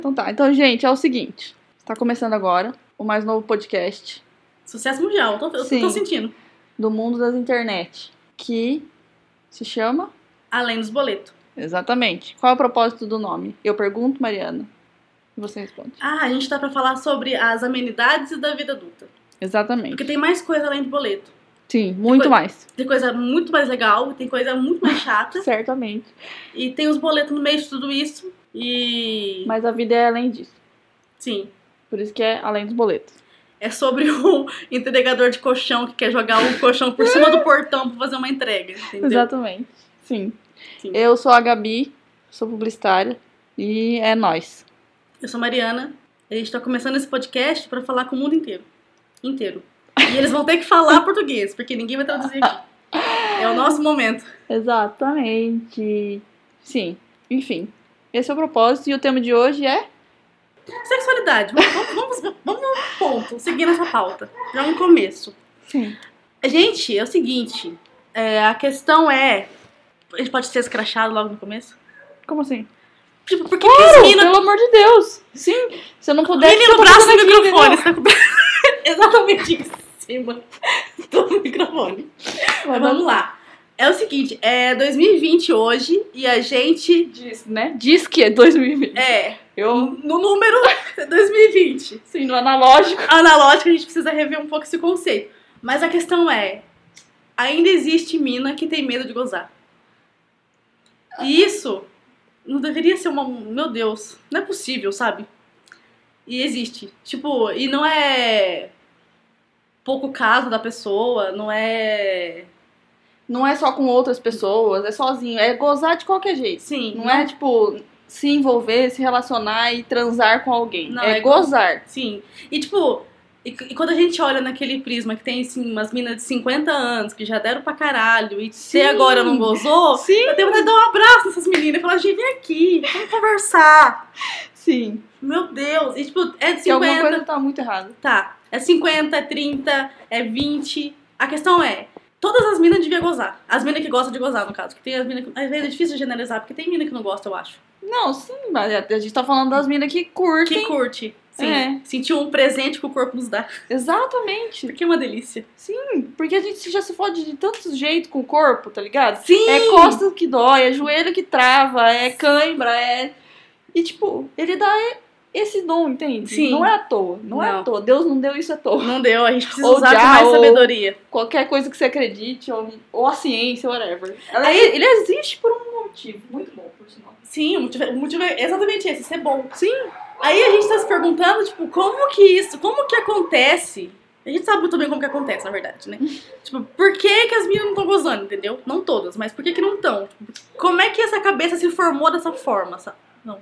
Então tá, então gente, é o seguinte. Tá começando agora o mais novo podcast. Sucesso mundial, eu tô sentindo. Do mundo das internet. Que se chama... Além dos boletos. Exatamente. Qual é o propósito do nome? Eu pergunto, Mariana. E você responde. A gente tá pra falar sobre as amenidades da vida adulta. Exatamente. Porque tem mais coisa além do boleto. Sim, muito mais. Tem coisa muito mais legal, tem coisa muito mais chata. Certamente. E tem os boletos no meio de tudo isso. Mas a vida é além disso. Sim. Por isso que é além dos boletos. É sobre o entregador de colchão que quer jogar o colchão por cima do portão pra fazer uma entrega, entendeu? Exatamente. Sim. Eu sou a Gabi, sou publicitária e é nóis. Eu sou a Mariana. A gente tá começando esse podcast pra falar com o mundo inteiro. E eles vão ter que falar português, porque ninguém vai traduzir aqui. É o nosso momento. Exatamente. Sim. Enfim. Esse é o propósito e o tema de hoje é... Sexualidade. Vamos no ponto, seguindo essa pauta. Já no começo. Sim. Gente, é o seguinte. A questão é... A gente pode ser escrachado logo no começo? Como assim? Tipo, porque claro, pelo amor de Deus. Sim. Se eu não puder... Menino, braço no microfone. Você tá com... Exatamente em cima do microfone. Mas vamos lá. É o seguinte, é 2020 hoje e a gente... Diz, né? Diz que é 2020. No número 2020. Sim, no analógico. Analógico, a gente precisa rever um pouco esse conceito. Mas a questão é, ainda existe mina que tem medo de gozar. E isso não deveria ser uma... Meu Deus, não é possível, sabe? E existe. Tipo, e não é pouco caso da pessoa, não é só com outras pessoas, é sozinho, é gozar de qualquer jeito. Sim. Não é, tipo, se envolver, se relacionar e transar com alguém. Não, é gozar. Sim. E, tipo, e quando a gente olha naquele prisma que tem, assim, umas minas de 50 anos que já deram pra caralho e você agora não gozou, sim. Eu tenho vontade de dar um abraço nessas meninas e falar, gente, vem aqui, vamos conversar. Sim. Meu Deus. E, tipo, é de 50... Que alguma coisa tá muito errada. Tá. É 50, é 30, é 20. A questão é... Todas as minas deviam gozar. As minas que gostam de gozar, no caso. Porque tem as minas que... Às vezes é difícil generalizar, porque tem mina que não gosta, eu acho. Não, sim, mas a gente tá falando das minas que curtem. Que curte. Sim. Sentir um presente que o corpo nos dá. Exatamente. Porque é uma delícia. Sim, porque a gente já se fode de tantos jeitos com o corpo, tá ligado? Sim. É costa que dói, é joelho que trava, é cãibra, é... E, tipo, ele dá... Esse dom, entende? Sim. Não é à toa. Não é à toa. Deus não deu isso à toa. Não deu. A gente precisa usar com mais sabedoria. Qualquer coisa que você acredite, ou a ciência, whatever. Ele existe por um motivo. Muito bom, por sinal. Sim, o motivo é exatamente esse. Ser bom. Sim. Aí a gente tá se perguntando, tipo, como que acontece? A gente sabe muito bem como que acontece, na verdade, né? Tipo, por que as meninas não estão gozando, entendeu? Não todas, mas por que não estão? Como é que essa cabeça se formou dessa forma, sabe?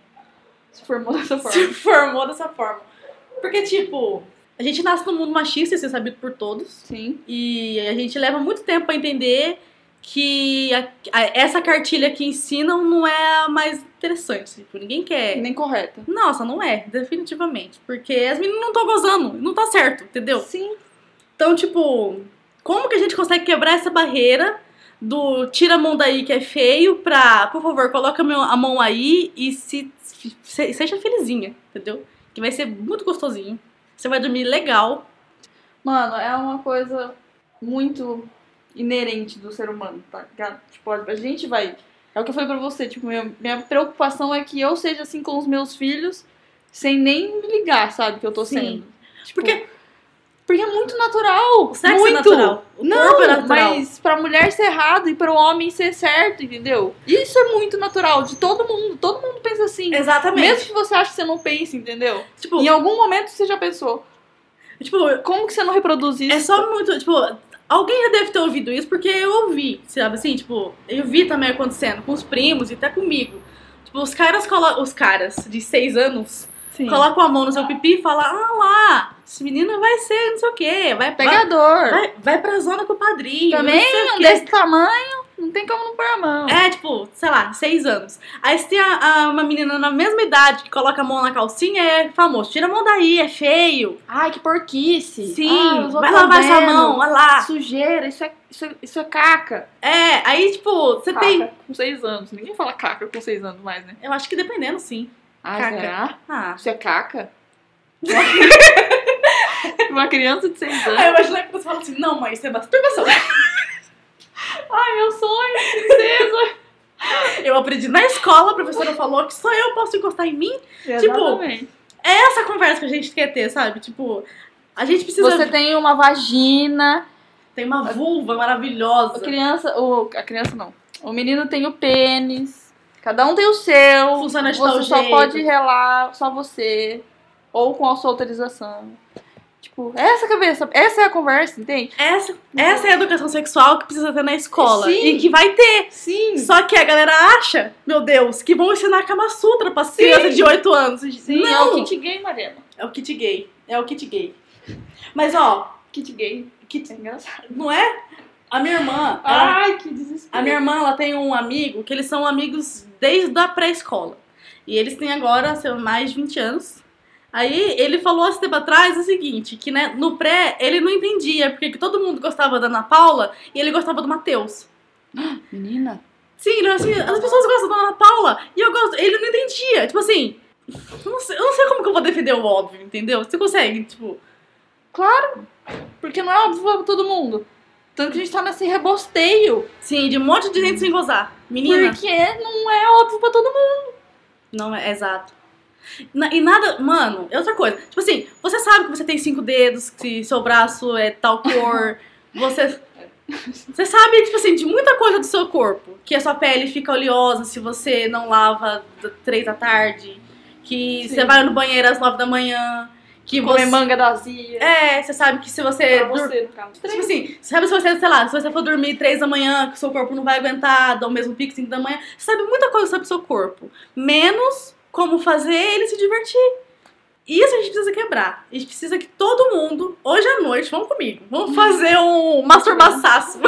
Se formou dessa forma. Porque, tipo, a gente nasce num mundo machista, isso é sabido por todos. Sim. E a gente leva muito tempo pra entender que essa cartilha que ensinam não é a mais interessante. Tipo, ninguém quer. Nem correta. Nossa, não é, definitivamente. Porque as meninas não estão gozando, não tá certo, entendeu? Sim. Então, tipo, como que a gente consegue quebrar essa barreira do tira a mão daí que é feio pra, por favor, coloca a mão aí e seja felizinha, entendeu? Que vai ser muito gostosinho. Você vai dormir legal. Mano, é uma coisa muito inerente do ser humano, tá ligado? Tipo, a gente vai... É o que eu falei pra você, tipo, minha preocupação é que eu seja assim com os meus filhos sem nem me ligar, sabe? Que eu tô sendo. Tipo, porque é muito natural. O sexo muito. É natural. O corpo é natural. Mas pra mulher ser errado e pro homem ser certo, entendeu? Isso é muito natural, de todo mundo. Todo mundo pensa assim. Exatamente. Mesmo que você ache que você não pense, entendeu? Tipo, em algum momento você já pensou. Tipo, como que você não reproduz isso? É só muito, tipo... Alguém já deve ter ouvido isso, porque eu ouvi, sabe assim? Tipo, eu vi também acontecendo com os primos e até comigo. Tipo, os caras de 6 anos... Sim. Colocam a mão no seu pipi e falam, lá, esse menino vai ser não sei o quê, vai pegador. Vai pra zona com o padrinho. Também desse tamanho, não tem como não pôr a mão. É, tipo, sei lá, 6 anos. Aí se tem uma menina na mesma idade que coloca a mão na calcinha, é famoso, tira a mão daí, é feio. Ai, que porquice. Sim, vai lavar essa mão, olha lá. Sujeira, isso é caca. É, aí tipo, você caca tem... com 6 anos, ninguém fala caca com 6 anos mais, né? Eu acho que dependendo, sim. Ah, Caca. será? Ah. Isso é caca? Uma criança de 6 anos. Aí eu imaginei que você fala assim, não, mãe, isso é masturbação. Ai, meu sonho, princesa. Eu aprendi na escola, a professora falou que só eu posso encostar em mim. Exatamente. É essa conversa que a gente quer ter, sabe? Tipo, a gente precisa... Você tem uma vagina. Tem uma vulva maravilhosa. A criança não. O menino tem o pênis. Cada um tem o seu. Funciona de Você tal só jeito. pode relar, só você. Ou com a sua autorização. Tipo, essa cabeça, essa é a conversa, entende? Essa é a educação sexual que precisa ter na escola. Sim. E que vai ter. Sim. Só que a galera acha, meu Deus, que vão ensinar Kama Sutra pra criança de 8 anos. Sim, não. é o kit gay, Mariana. É o kit gay. É o kit gay. Mas, ó, Kit gay. É engraçado. não é? A minha irmã... Ai, que desespero. A minha irmã, ela tem um amigo que eles são amigos desde a pré-escola. E eles têm agora, mais de 20 anos. Aí ele falou esse tempo atrás o seguinte, que né, no pré ele não entendia porque que todo mundo gostava da Ana Paula e ele gostava do Matheus. Menina. Sim, ele falou assim, as pessoas gostam da Ana Paula e eu gosto. Ele não entendia. Tipo assim, eu não sei como que eu vou defender o óbvio, entendeu? Você consegue, tipo... Claro. Porque não é óbvio pra todo mundo. Tanto que a gente tá nesse rebosteio. Sim, de um monte de gente sem gozar. Menina. Porque não é óbvio pra todo mundo. Não é, exato. E nada, mano, é outra coisa. Tipo assim, você sabe que você tem 5 dedos, que seu braço é tal cor. Você sabe, tipo assim, de muita coisa do seu corpo. Que a sua pele fica oleosa se você não lava 3 da tarde. Que Sim. você vai no banheiro às 9 da manhã. Que Comer você... manga da Zia. É, você sabe que se você... Pra você, no caso. Tipo assim, sabe se você, sei lá, se você for dormir 3 da manhã, que o seu corpo não vai aguentar, dá o mesmo pique 5 da manhã. Você sabe muita coisa sobre o seu corpo. Menos como fazer ele se divertir. Isso a gente precisa quebrar. A gente precisa que todo mundo, hoje à noite, vamos comigo, vamos fazer um masturbaçaço.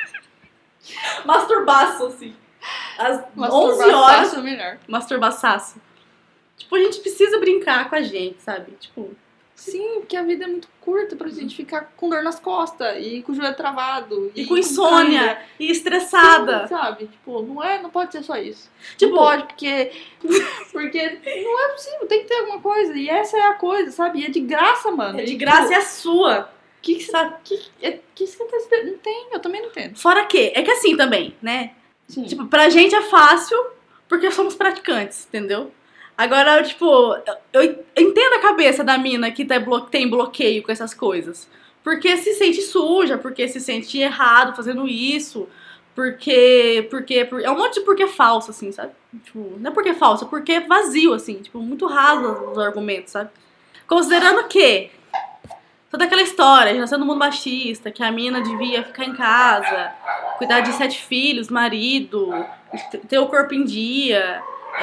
Masturbaço, assim. Às 11 horas, é melhor. masturbaçaço. Tipo, a gente precisa brincar com a gente, sabe? Tipo... Sim, porque a vida é muito curta pra gente ficar com dor nas costas e com o joelho travado. E com insônia, cãibra. e estressada. Sim, sabe? Tipo, não pode ser só isso. Tipo, não pode, porque não é possível, tem que ter alguma coisa. E essa é a coisa, sabe? E é de graça, mano. é de graça e é sua. Que você tá esperando? Não tem, eu também não entendo. Fora que, é que assim também, né? Sim. Tipo, pra gente é fácil porque somos praticantes, entendeu? Agora, tipo, eu entendo a cabeça da mina que tem bloqueio com essas coisas. Porque se sente suja, porque se sente errado fazendo isso, porque é um monte de porquê falso, assim, sabe? Tipo, não é porque é falso, é porque é vazio, assim, tipo, muito raso os argumentos, sabe? Considerando que toda aquela história de nascer no mundo machista, que a mina devia ficar em casa, cuidar de 7 filhos, marido, ter o corpo em dia...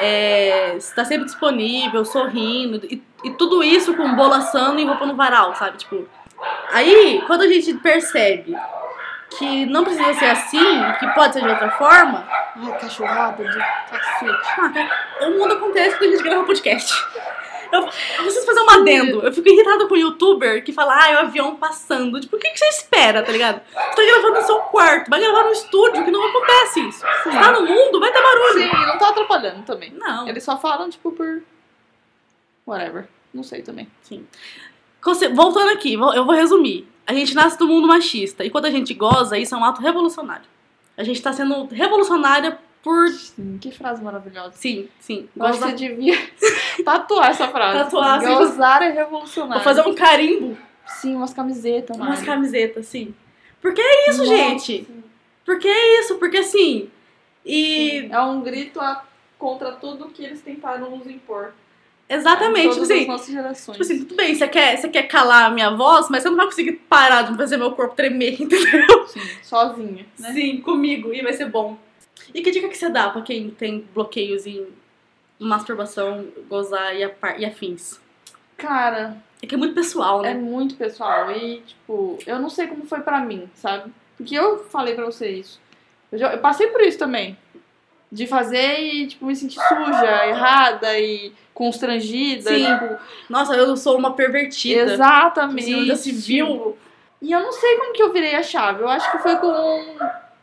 está sempre disponível, sorrindo, e tudo isso com bola assando e roupa no varal, sabe? Tipo, aí, quando a gente percebe que não precisa ser assim, que pode ser de outra forma... Ai, cachorrada de cacete. O mundo acontece quando a gente grava podcast. Eu preciso fazer um adendo. Eu fico irritada com o youtuber que fala, o avião passando. Tipo, o que você espera, tá ligado? Você tá gravando no seu quarto, vai gravar no estúdio, que não acontece isso. Você tá no mundo, vai ter barulho. Sim, não tá atrapalhando também. Não. Eles só falam, tipo, por... whatever. Não sei também. Sim. Voltando aqui, eu vou resumir. A gente nasce do mundo machista. E quando a gente goza, isso é um ato revolucionário. A gente tá sendo revolucionária por... Sim, que frase maravilhosa. Sim. Eu acho que você devia tatuar essa frase. Tatuar, assim. Gozar é revolucionário. Vou fazer um carimbo. Sim, umas camisetas, Umas Mari. camisetas, sim. Porque é isso, Nossa. gente. Porque é isso, porque assim... E... É um grito contra tudo que eles tentaram nos impor. Exatamente, Todas tipo assim... as nossas gerações. Tipo assim, tudo bem, você quer calar a minha voz, mas você não vai conseguir parar de fazer meu corpo tremer, entendeu? Sim, sozinha, né? Sim, comigo, e vai ser bom. E que dica que você dá pra quem tem bloqueios em masturbação, gozar e afins? Cara, É que é muito pessoal, é né? muito pessoal. E, tipo, eu não sei como foi pra mim, sabe? Porque eu falei pra você isso. Eu passei por isso também. De fazer e, tipo, me sentir suja, errada e constrangida. Sim. Tipo, Nossa, eu sou uma pervertida. exatamente. Tipo assim, já se viu. Tipo, e eu não sei como que eu virei a chave. Eu acho que foi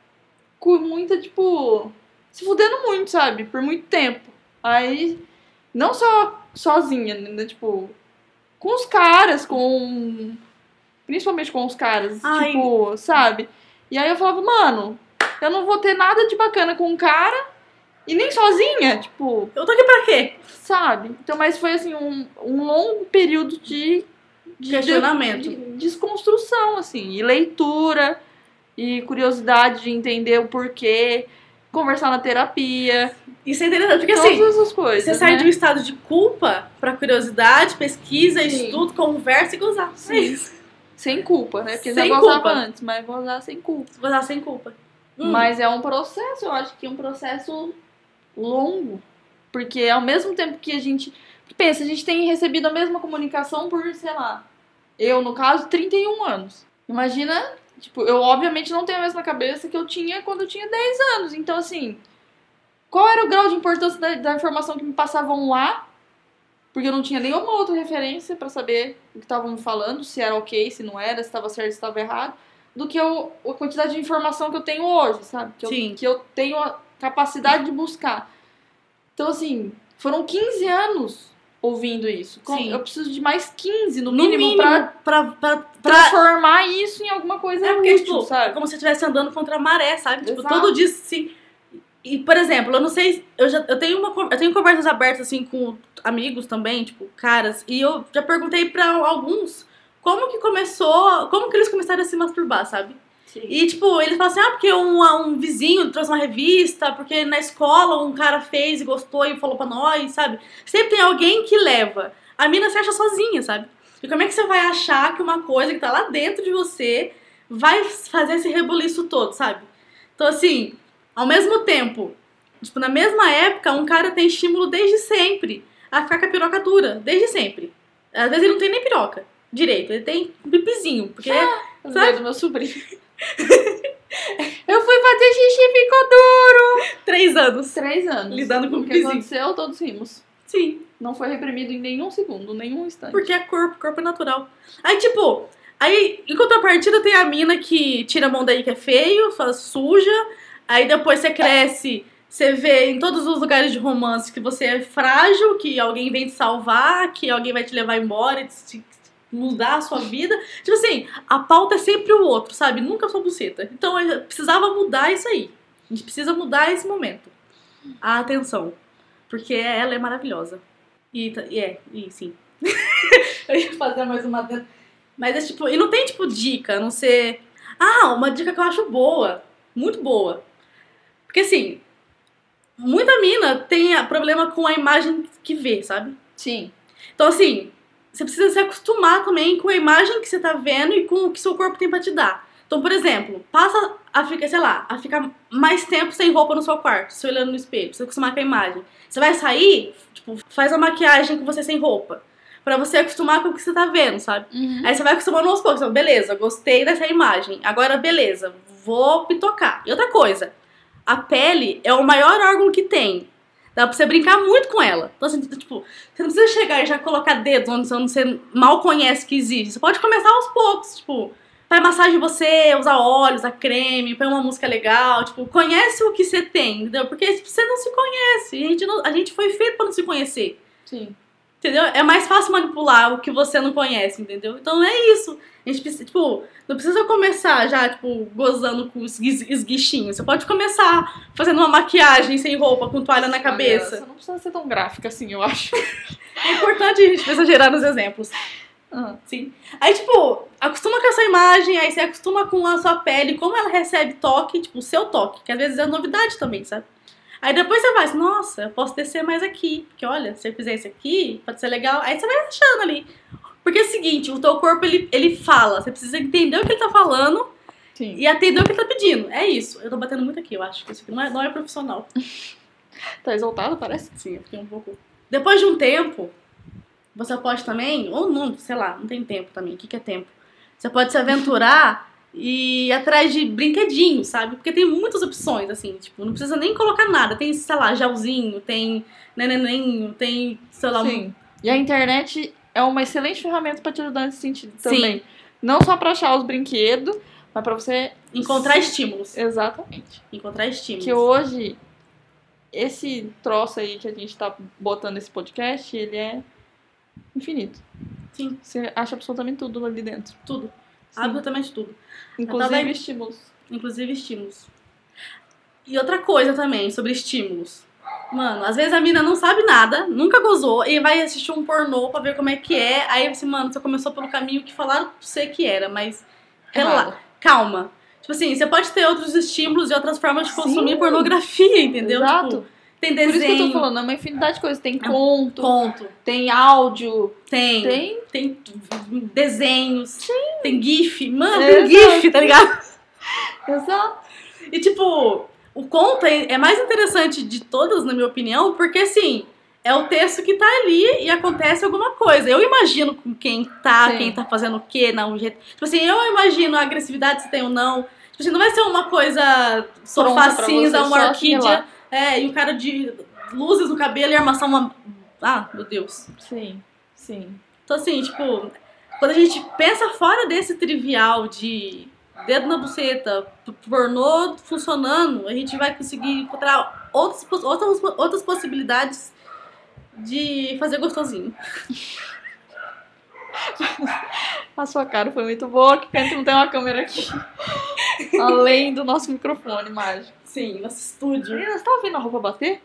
com muita, tipo... se fudendo muito, sabe? Por muito tempo. Aí Não só sozinha, né? Tipo, com os caras, principalmente com os caras, Ai. tipo, sabe? E aí eu falava, mano, eu não vou ter nada de bacana com um cara e nem sozinha, tipo, Eu tô aqui pra quê? sabe? Então, mas foi assim, um longo período de Questionamento. de desconstrução, assim, e leitura, e curiosidade de entender o porquê, conversar na terapia, Isso é interessante, porque todas assim, essas coisas, você sai né? de um estado de culpa pra curiosidade, pesquisa, Sim. estudo, conversa e gozar. Sim. É isso. Sem culpa, né? Porque Sem já gozava culpa. antes, mas gozar sem culpa. Gozar sem culpa. Mas é um processo, eu acho que é um processo longo. Porque ao mesmo tempo que a gente... Pensa, a gente tem recebido a mesma comunicação por, sei lá... Eu, no caso, 31 anos. Imagina, tipo, eu obviamente não tenho a mesma cabeça que eu tinha quando eu tinha 10 anos. Então, assim... Qual era o grau de importância da informação que me passavam lá? Porque eu não tinha nenhuma outra referência pra saber o que estavam me falando, se era ok, se não era, se estava certo, se estava errado, do que a quantidade de informação que eu tenho hoje, sabe? Sim. Que eu tenho a capacidade de buscar. Então, assim, foram 15 anos ouvindo isso. Sim. Eu preciso de mais 15, no No mínimo, pra pra transformar isso em alguma coisa É porque, útil, tipo, é sabe? como se eu estivesse andando contra a maré, sabe? Tipo, Exato. todo dia, assim... E, por exemplo, eu não sei... Eu tenho conversas abertas, assim, com amigos também, tipo, caras. E eu já perguntei pra alguns como que começou... Como que eles começaram a se masturbar, sabe? Sim. E, tipo, eles falam assim, porque um vizinho trouxe uma revista, porque na escola um cara fez e gostou e falou pra nós, sabe? Sempre tem alguém que leva. A mina se acha sozinha, sabe? E como é que você vai achar que uma coisa que tá lá dentro de você vai fazer esse rebuliço todo, sabe? Então, assim, ao mesmo tempo, tipo, na mesma época, um cara tem estímulo desde sempre a ficar com a piroca dura, desde sempre. Às vezes ele não tem nem piroca direito, ele tem um pipizinho, porque... Eu sabe? lembrei do meu sobrinho. Eu fui fazer xixi e ficou duro. 3 anos. 3 anos. Lidando com o O que pipizinho. aconteceu, todos rimos. Sim, Não foi reprimido em nenhum segundo, nenhum instante. porque é corpo é natural. Aí, tipo, em contrapartida tem a mina que tira a mão daí que é feio, faz suja, aí depois você cresce, você vê em todos os lugares de romance que você é frágil, que alguém vem te salvar, que alguém vai te levar embora, te mudar a sua vida. Tipo assim, a pauta é sempre o outro, sabe? Nunca a sua buceta. Então eu precisava mudar isso aí. A gente precisa mudar esse momento. A atenção. Porque ela é maravilhosa. E sim. Eu ia fazer mais uma... Mas é tipo... E não tem tipo dica, a não ser... Ah, uma dica que eu acho boa. Muito boa. Porque assim... Muita mina tem problema com a imagem que vê, sabe? Sim. Então assim... Você precisa se acostumar também com a imagem que você tá vendo e com o que seu corpo tem pra te dar. Então, por exemplo, passa a ficar, sei lá, a ficar mais tempo sem roupa no seu quarto, se olhando no espelho, pra você acostumar com a imagem. Você vai sair, tipo, faz a maquiagem com você sem roupa. Pra você acostumar com o que você tá vendo, sabe? Uhum. Aí você vai acostumando aos poucos. Então, beleza, gostei dessa imagem. Agora, beleza, vou pitocar. E outra coisa, a pele é o maior órgão que tem. Dá pra você brincar muito com ela. Então, assim, tipo, você não precisa chegar e já colocar dedos onde você mal conhece que existe. Você pode começar aos poucos, tipo, faz massagem em você, usa óleos, usa creme, põe uma música legal, tipo, conhece o que você tem, entendeu? Porque tipo, você não se conhece. A gente foi feito pra não se conhecer. Sim. Entendeu? É mais fácil manipular o que você não conhece, entendeu? Então é isso. A gente precisa, tipo, não precisa começar já, tipo, gozando com os esguichinhos. Você pode começar fazendo uma maquiagem sem roupa, com toalha na cabeça. Você não precisa ser tão gráfica assim, eu acho. É importante a gente exagerar nos exemplos. Sim. Aí, tipo, acostuma com essa imagem, aí você acostuma com a sua pele, como ela recebe toque, tipo, o seu toque, que às vezes é novidade também, sabe? Aí depois você vai, nossa, eu posso descer mais aqui, porque olha, se eu fizer isso aqui, pode ser legal. Aí você vai achando ali. Porque é o seguinte, o teu corpo, ele fala, você precisa entender o que ele tá falando. Sim. E atender o que ele tá pedindo. É isso. Eu tô batendo muito aqui, eu acho que isso aqui não é profissional. Tá exaltado, parece? Sim, eu fiquei um pouco... Depois de um tempo, você pode também, ou não, sei lá, não tem tempo também. O que é tempo? Você pode se aventurar e ir atrás de brinquedinhos, sabe? Porque tem muitas opções, assim, tipo, não precisa nem colocar nada. Tem, sei lá, gelzinho, tem neneninho, tem, sei lá... Sim. E a internet é uma excelente ferramenta pra te ajudar nesse sentido também. Sim. Não só pra achar os brinquedos, mas pra você... Encontrar estímulos. Exatamente. Encontrar estímulos. Que hoje... esse troço aí que a gente tá botando nesse podcast, ele é infinito. Sim. Você acha absolutamente tudo ali dentro. Tudo. Sim. Absolutamente tudo. Inclusive estímulos. Inclusive estímulos. E outra coisa também, sobre estímulos. Mano, às vezes a mina não sabe nada, nunca gozou, e vai assistir um pornô pra ver como é que é. Aí você, mano, você começou pelo caminho que falaram pra você que era, mas Errado. calma. Tipo assim, você pode ter outros estímulos e outras formas de Sim. consumir pornografia, entendeu? Exato. Tipo, tem desenho. Por isso que eu tô falando, é uma infinidade de coisas. Tem conto, Conto. tem áudio, Tem desenhos. Sim. Tem GIF. Mano, Exato. tem GIF, tá ligado? Exato. E tipo, o conto é mais interessante de todas, na minha opinião, porque assim, é o texto que tá ali e acontece alguma coisa. Eu imagino com quem tá, Sim. quem tá fazendo o quê, não, o jeito. Tipo assim, eu imagino a agressividade se tem ou não. Tipo assim, não vai ser uma coisa sofá Pronta pra cinza, você, uma só orquídea. assimilar. E o cara de luzes no cabelo e armação uma. Ah, meu Deus. Sim, sim. Então assim, tipo, quando a gente pensa fora desse trivial de dedo na buceta, pornô funcionando, a gente vai conseguir encontrar outras possibilidades de fazer gostosinho. A sua cara foi muito boa, que pena que não tem uma câmera aqui. Além do nosso microfone mágico. Sim, nosso estúdio. Menina, você tá ouvindo a roupa bater?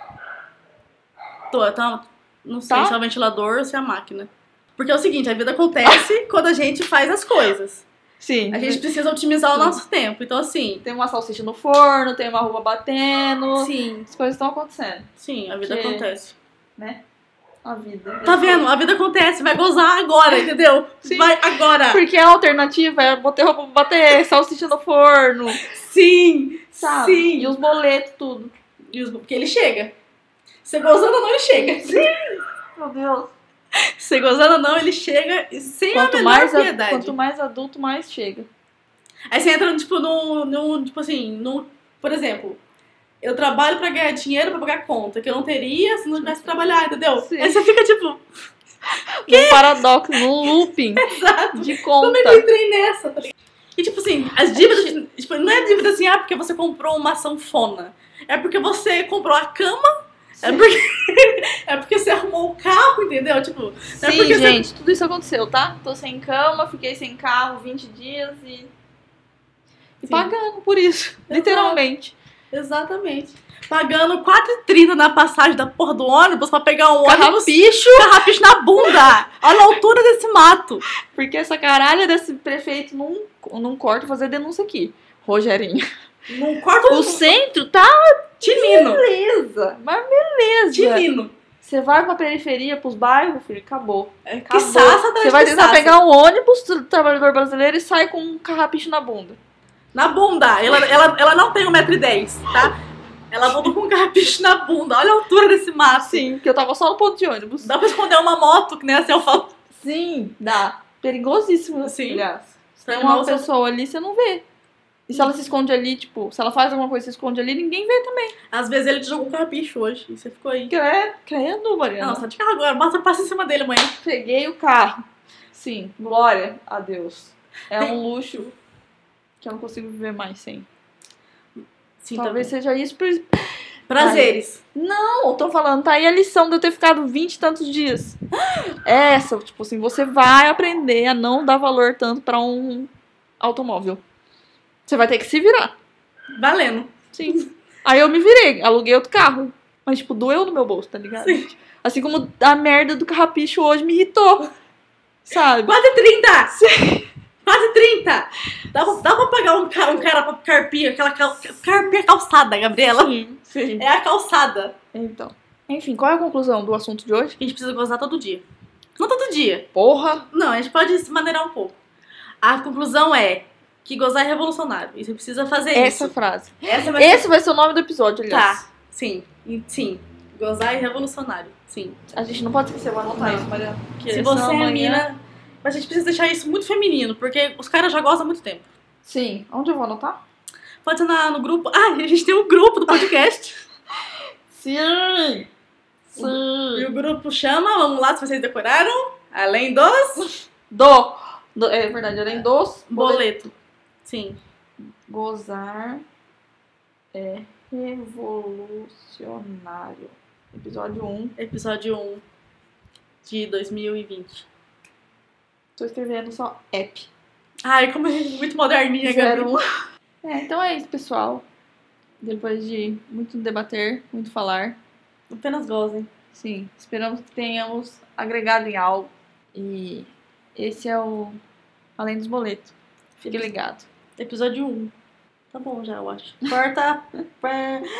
Não sei Tá? se é o ventilador ou se é a máquina. Porque é o seguinte, a vida acontece quando a gente faz as coisas. Sim. A gente precisa otimizar o nosso tempo. Então, assim, Tem uma salsicha no forno, tem uma roupa batendo. sim, As coisas estão acontecendo, a vida Que- acontece. né? A vida. Tá vendo? A vida acontece, vai gozar agora, entendeu? Sim. Vai agora. Porque a alternativa é botar roupa pra bater, salsicha no forno, Sim, sabe? sim. E os boletos, tudo. Porque ele chega. Você gozando ou não, ele chega. Meu Deus. Você gozando ou não, ele chega sem a menor piedade. Quanto mais adulto, mais chega. Aí você entra, tipo, tipo assim, por exemplo, eu trabalho pra ganhar dinheiro pra pagar conta, que eu não teria se não tivesse que trabalhar, entendeu? Sim. Aí você fica, tipo, Num paradoxo, num looping de como conta. é que eu entrei nessa? Tá ligado? E tipo assim, as dívidas, tipo, não é dívida assim, porque você comprou uma sanfona. É porque você comprou a cama, é porque você arrumou o carro, entendeu? Tipo, não é Sim, porque gente, tudo isso aconteceu, tá? Tô sem cama, fiquei sem carro 20 dias e Sim. pagando por isso, literalmente. Exatamente. Pagando R$4,30 na passagem da porra do ônibus pra pegar um ônibus. Carrapicho, Carrapicho na bunda! Olha a altura desse mato. porque essa caralha desse prefeito não corta fazer denúncia aqui. Rogerinho. Não corta O centro tá Tinino. beleza, mas beleza. Tinino. Você vai pra periferia, pros bairros, filho, acabou. Que Acabou. saça atrás Você vai de tentar saça. pegar um ônibus do trabalhador brasileiro e sai com um carrapicho na bunda. Na bunda. Ela não tem 1,10 m, tá? Ela voltou com um carrapicho na bunda. Olha a altura desse mato. Sim, porque eu tava só no ponto de ônibus. Dá pra esconder uma moto, que nem assim eu falo. Sim, dá. Perigosíssimo, Sim. aliás. Se tem Animal uma pessoa ali, você não vê. E se ela se esconde ali, tipo, se ela faz alguma coisa e se esconde ali, ninguém vê também. Às vezes ele te jogou um carrapicho hoje e você ficou aí. Credo, Mariana. Não, só de carro agora. Passa em cima dele amanhã. Peguei o carro. Sim, glória a Deus. É Tem- um luxo que eu não consigo viver mais sem. Sim, Talvez tá seja isso. prazeres. Não, eu tô falando, tá aí a lição de eu ter ficado 20 e tantos dias. Essa, tipo assim, você vai aprender a não dar valor tanto pra um automóvel. Você vai ter que se virar. Valendo. Sim. Aí eu me virei, aluguei outro carro. Mas, tipo, doeu no meu bolso, tá ligado? Sim. Assim como a merda do carrapicho hoje me irritou. Sabe? Quase 30! Sim. Quase 30! Dá pra pagar um cara pra carpir aquela carpir calçada, Gabriela? Sim, sim. É a calçada. Então. Enfim, qual é a conclusão do assunto de hoje? A gente precisa gozar todo dia. Não todo dia. Porra! Não, a gente pode se maneirar um pouco. A conclusão é que gozar é revolucionário. E você precisa fazer Essa isso. frase. Essa vai Esse vai ser o nome do episódio, aliás. Tá. Sim. Sim. Gozar é revolucionário. Sim. A gente não pode esquecer, eu vou anotar Não. isso, Mariana. Porque Se você senão é amanhã- mina... Mas a gente precisa deixar isso muito feminino, porque os caras já gozam há muito tempo. Sim. Onde eu vou anotar? Pode ser no grupo... Ah, a gente tem um grupo do podcast. Sim! E Sim! o grupo chama, vamos lá, se vocês decoraram. Além dos... É verdade, além dos Boleto. Sim. Gozar é Revolucionário. Episódio 1. Episódio 1 de 2020. Tô escrevendo só app. Ai, como é muito moderninha, Gabi. 01. Então é isso, pessoal. Depois de muito debater, muito falar. Apenas gozem. Sim, esperamos que tenhamos agregado em algo. E esse é o Além dos Boletos. Fique ligado. Episódio 1. Tá bom já, eu acho. Corta.